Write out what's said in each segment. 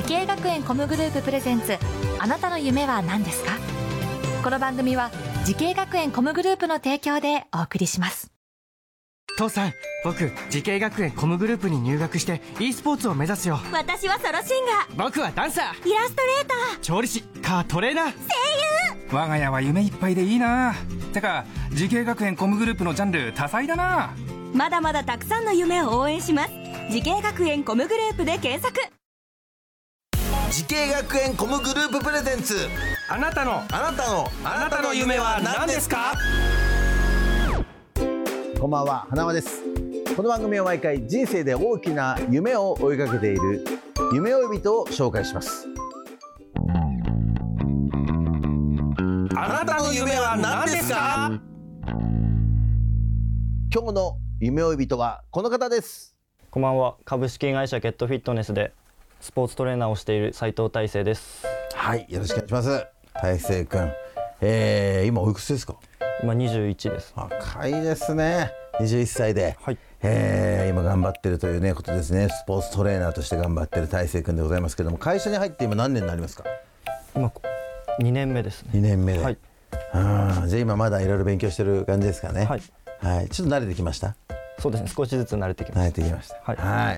時系学園コムグループプレゼンツ、あなたの夢は何ですか？この番組は時系学園コムグループの提供でお送りします。 父さん、僕時系学園コムグループに入学して e スポーツを目指すよ。 私はソロシンガー、 僕はダンサー、 イラストレーター、 調理師、カートレーナー、声優。我が家は夢いっぱいでいいな。てか時系学園コムグループのジャンル多彩だな。 まだまだたくさんの夢を応援します。時系学園コムグループで検索。 時系学園コムグループプレゼンツ、 あなたの夢は何ですか？ こんばんは、花輪です。この番組は毎回人生で大きな夢を追いかけている夢追い人を紹介します。 あなたの夢は何ですか？ 今日の夢追い人はこの方です。 こんばんは、株式会社ゲットフィットネスでスポーツトレーナーをしている斉藤大成です。 はい、よろしくお願いします。大成くん、今おいくつですか？ 今21です。 若いですね。21歳で、 はい、 今頑張ってるというねことですね。スポーツトレーナーとして頑張ってる大成くんでございますけども、会社に入って今何年になりますか？ 今2年目ですね。 2年目で、 はい、 じゃあ今まだいろいろ勉強してる感じですかね。 はい、 はい、ちょっと慣れてきました？ そうですね、少しずつ慣れてきました。 慣れてきました。 はい、 はい。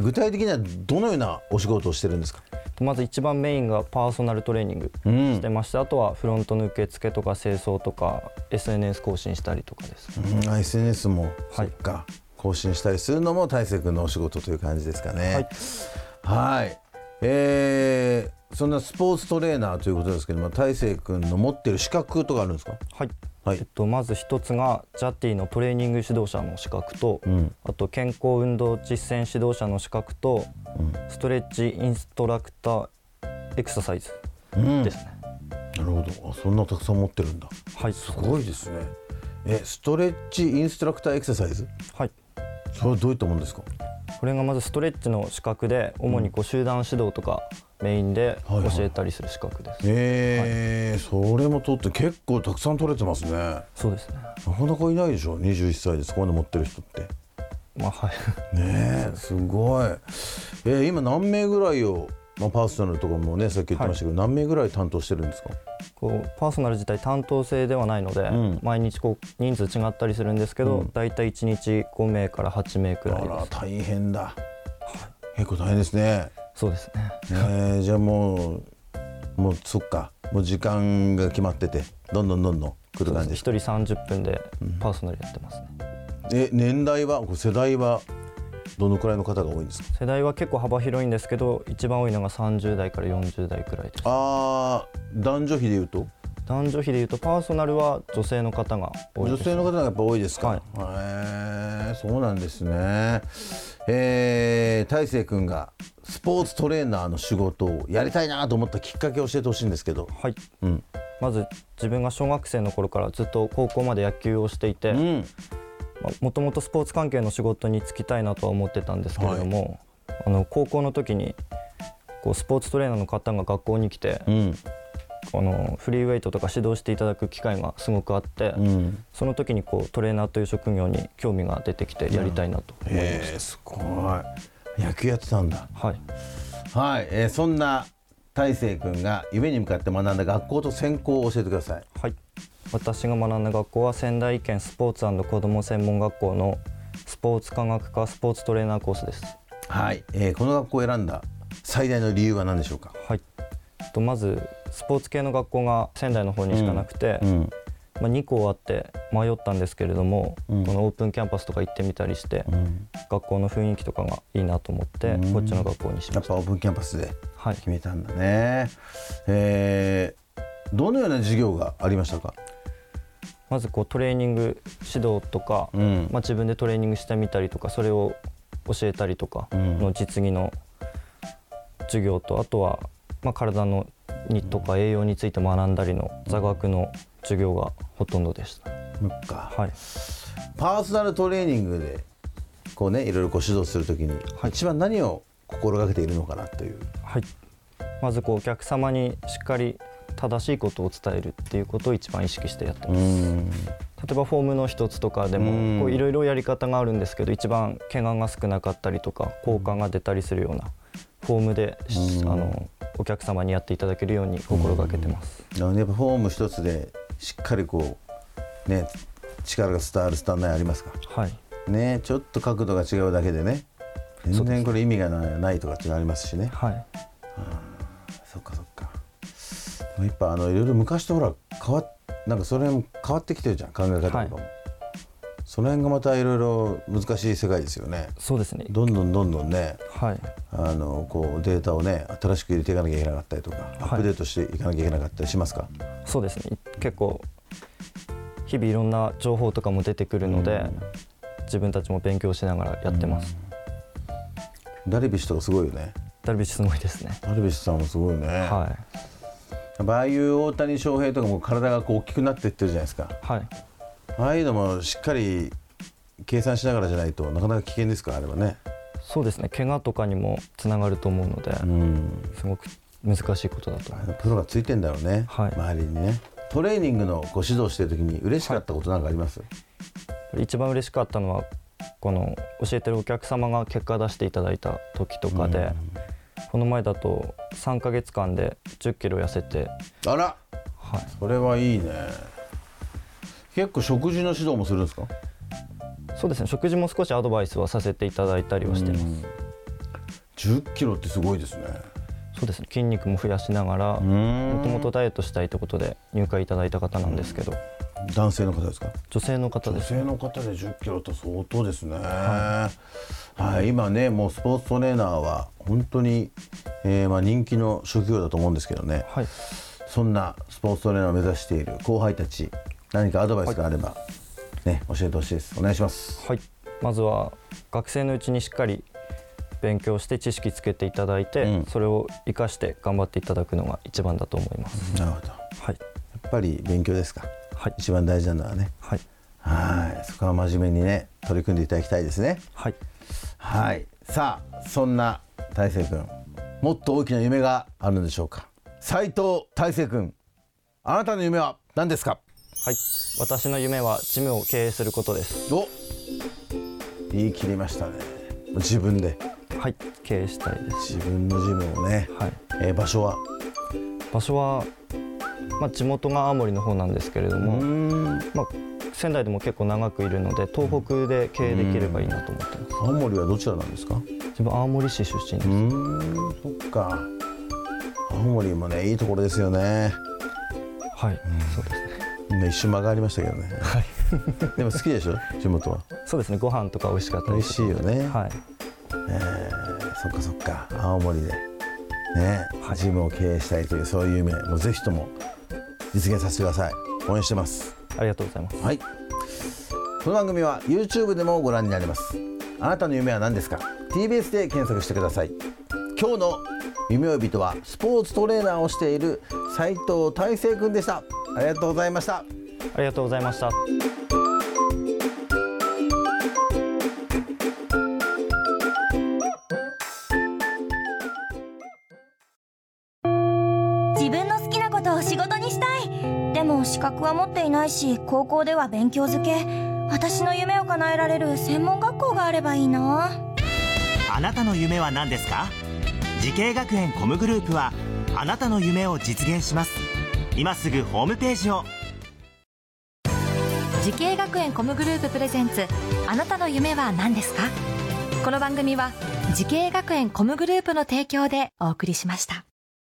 具体的にはどのようなお仕事をしてるんですか？ まず一番メインがパーソナルトレーニングしてまして、あとはフロントの受付とか清掃とか SNS 更新したりとかです。 SNS も、 はい、 そっか、更新したりするのも大成君のお仕事という感じですかね。はい、そんなスポーツトレーナーということですけども、大成君の持っている資格とかあるんですか？ はい、 はい、 まず一つがジャティのトレーニング指導者の資格と、あと健康運動実践指導者の資格と、ストレッチインストラクターエクササイズですね。 なるほど。そんなたくさん持ってるんだ。 はい、 すごいですね。ストレッチインストラクターエクササイズ、はい、それはどういったものですか？ これがまずストレッチの資格で、主に集団指導とかメインで教えたりする資格です。 それも取って結構たくさん取れてますね。 そうですね。 なかなかいないでしょ、21歳でそこまで持ってる人って。 はいねえ、すごい。今何名ぐらいを、パーソナルとかもねさっき言ってましたけど、何名ぐらい担当してるんですか？ パーソナル自体担当制ではないので、毎日人数違ったりするんですけど、だいたい1日5名から8名くらいです。 あら大変だ、結構大変ですね。 そうですね。 じゃあもうそっか、もう時間が決まっててどんどん来る感じですか？ 1人30分でパーソナルやってますね。 年代は、世代はどのくらいの方が多いんですか？ 世代は結構幅広いんですけど、一番多いのが30代から40代くらいです。 男女比でいうと？ 男女比でいうとパーソナルは女性の方が多いです。 女性の方がやっぱ多いですか？そうなんですね。大成君がスポーツトレーナーの仕事をやりたいなと思ったきっかけを教えてほしいんですけど。 はい、まず自分が小学生の頃からずっと高校まで野球をしていて、もともとスポーツ関係の仕事に就きたいなとは思ってたんですけれども、高校の時にスポーツトレーナーの方が学校に来て、フリーウェイトとか指導していただく機会がすごくあって、その時にトレーナーという職業に興味が出てきてやりたいなと思いました。 すごい。野球やってたんだ。 はい、 そんな大成君が夢に向かって学んだ学校と専攻を教えてください。 はい、私が学んだ学校は仙台県スポーツ&子ども専門学校のスポーツ科学科スポーツトレーナーコースです。 はい、この学校を選んだ最大の理由は何でしょうか？ はい、まずスポーツ系の学校が仙台の方にしかなくて、2校あって迷ったんですけれども、このオープンキャンパスとか行ってみたりして、学校の雰囲気とかがいいなと思って、こっちの学校にしました。 やっぱオープンキャンパスで決めたんだね。どのような授業がありましたか？ まずトレーニング指導とか、自分でトレーニングしてみたりとか、それを教えたりとかの実技の授業と、あとは体のとか栄養について学んだりの座学の授業がほとんどでした。 はい、パーソナルトレーニングでいろいろ指導するときに、一番何を心がけているのかなという。 はい、まずお客様にしっかり正しいことを伝えるっていうことを一番意識してやってます。例えばフォームの一つとかでもいろいろやり方があるんですけど、一番怪我が少なかったりとか効果が出たりするようなフォームでお客様にやっていただけるように心がけてます。 やっぱフォーム一つでしっかりこうね力が伝わる伝わらないありますか。 はいね、ちょっと角度が違うだけでね全然これ意味がないとか違いますしね。 はい。 そっかそっか。やっぱいろいろ昔とほらなんかそれも変わってきてるじゃん、考え方とかも、はい、その辺がまたいろいろ難しい世界ですよね。 そうですね。 どんどんね、 はい、 こうデータをね新しく入れていかなきゃいけなかったりとか、アップデートしていかなきゃいけなかったりしますか。 そうですね。結構日々いろんな情報とかも出てくるので、自分たちも勉強しながらやってます。 ダルビッシュとかすごいよね。 ダルビッシュすごいですね。 ダルビッシュさんもすごいね。 はい。 やっぱああいう大谷翔平とかも体がこう大きくなっていってるじゃないですか。 はい。 ああいうのもしっかり計算しながらじゃないとなかなか危険ですか、あれはね。 そうですね。怪我とかにもつながると思うので、すごく難しいことだと思います。 プロがついてんだろうね、はい、周りにね。トレーニングのご指導してる時に嬉しかったことなんかあります？ はい、一番嬉しかったのはこの教えてるお客様が結果出していただいた時とかで、この前だと3ヶ月間で10キロ痩せて。 あら、はい、それはいいね。結構食事の指導もするんですか？ そうですね、食事も少しアドバイスはさせていただいたりはしてます。 10キロってすごいですね。 そうですね、筋肉も増やしながら、もともとダイエットしたいということで入会いただいた方なんですけど。 男性の方ですか？ 女性の方です。 女性の方で10キロって相当ですね。はい、今ねもうスポーツトレーナーは本当に、人気の職業だと思うんですけどね、はい、そんなスポーツトレーナーを目指している後輩たち何かアドバイスがあれば、ね、教えてほしいです。お願いします。 はい、まずは学生のうちにしっかり勉強して知識つけていただいて、それを生かして頑張っていただくのが一番だと思います。 なるほど、はい、やっぱり勉強ですか？はい、一番大事なのはね。はい、そこは真面目にね取り組んでいただきたいですね。はい、はい、さあそんな大成君、もっと大きな夢があるんでしょうか？斉藤大成君、あなたの夢は何ですか？ はい、私の夢はジムを経営することです。 お、言い切りましたね。自分で。 はい、経営したいです。 自分のジムをね。はい、場所は地元が青森の方なんですけれども、仙台でも結構長くいるので東北で経営できればいいなと思ってます。 青森はどちらなんですか？ 自分青森市出身です。 そっか、青森もねいいところですよね。 はい、そうですね。 一瞬間がありましたけどね。はい、でも好きでしょ地元は？ そうですね、ご飯とか美味しかったです。美味しいよね。はい、そっかそっか、青森でね、ジムを経営したいというそういう夢もうぜひとも実現させてください。応援してます。 ありがとうございます。 はい、この番組は YouTube でもご覧になれます。あなたの夢は何ですか？ TBS で検索してください。今日の夢追い人はスポーツトレーナーをしている斉藤大成君でした。ありがとうございました。 ありがとうございました。 自分の好きなことを仕事にしたい。でも資格は持っていないし、高校では勉強づけ。私の夢を叶えられる専門学校があればいいな。 あなたの夢は何ですか？時系学園コムグループはあなたの夢を実現します。今すぐホームページを。 時系学園コムグループプレゼンツ、あなたの夢は何ですか？この番組は時系学園コムグループの提供でお送りしました。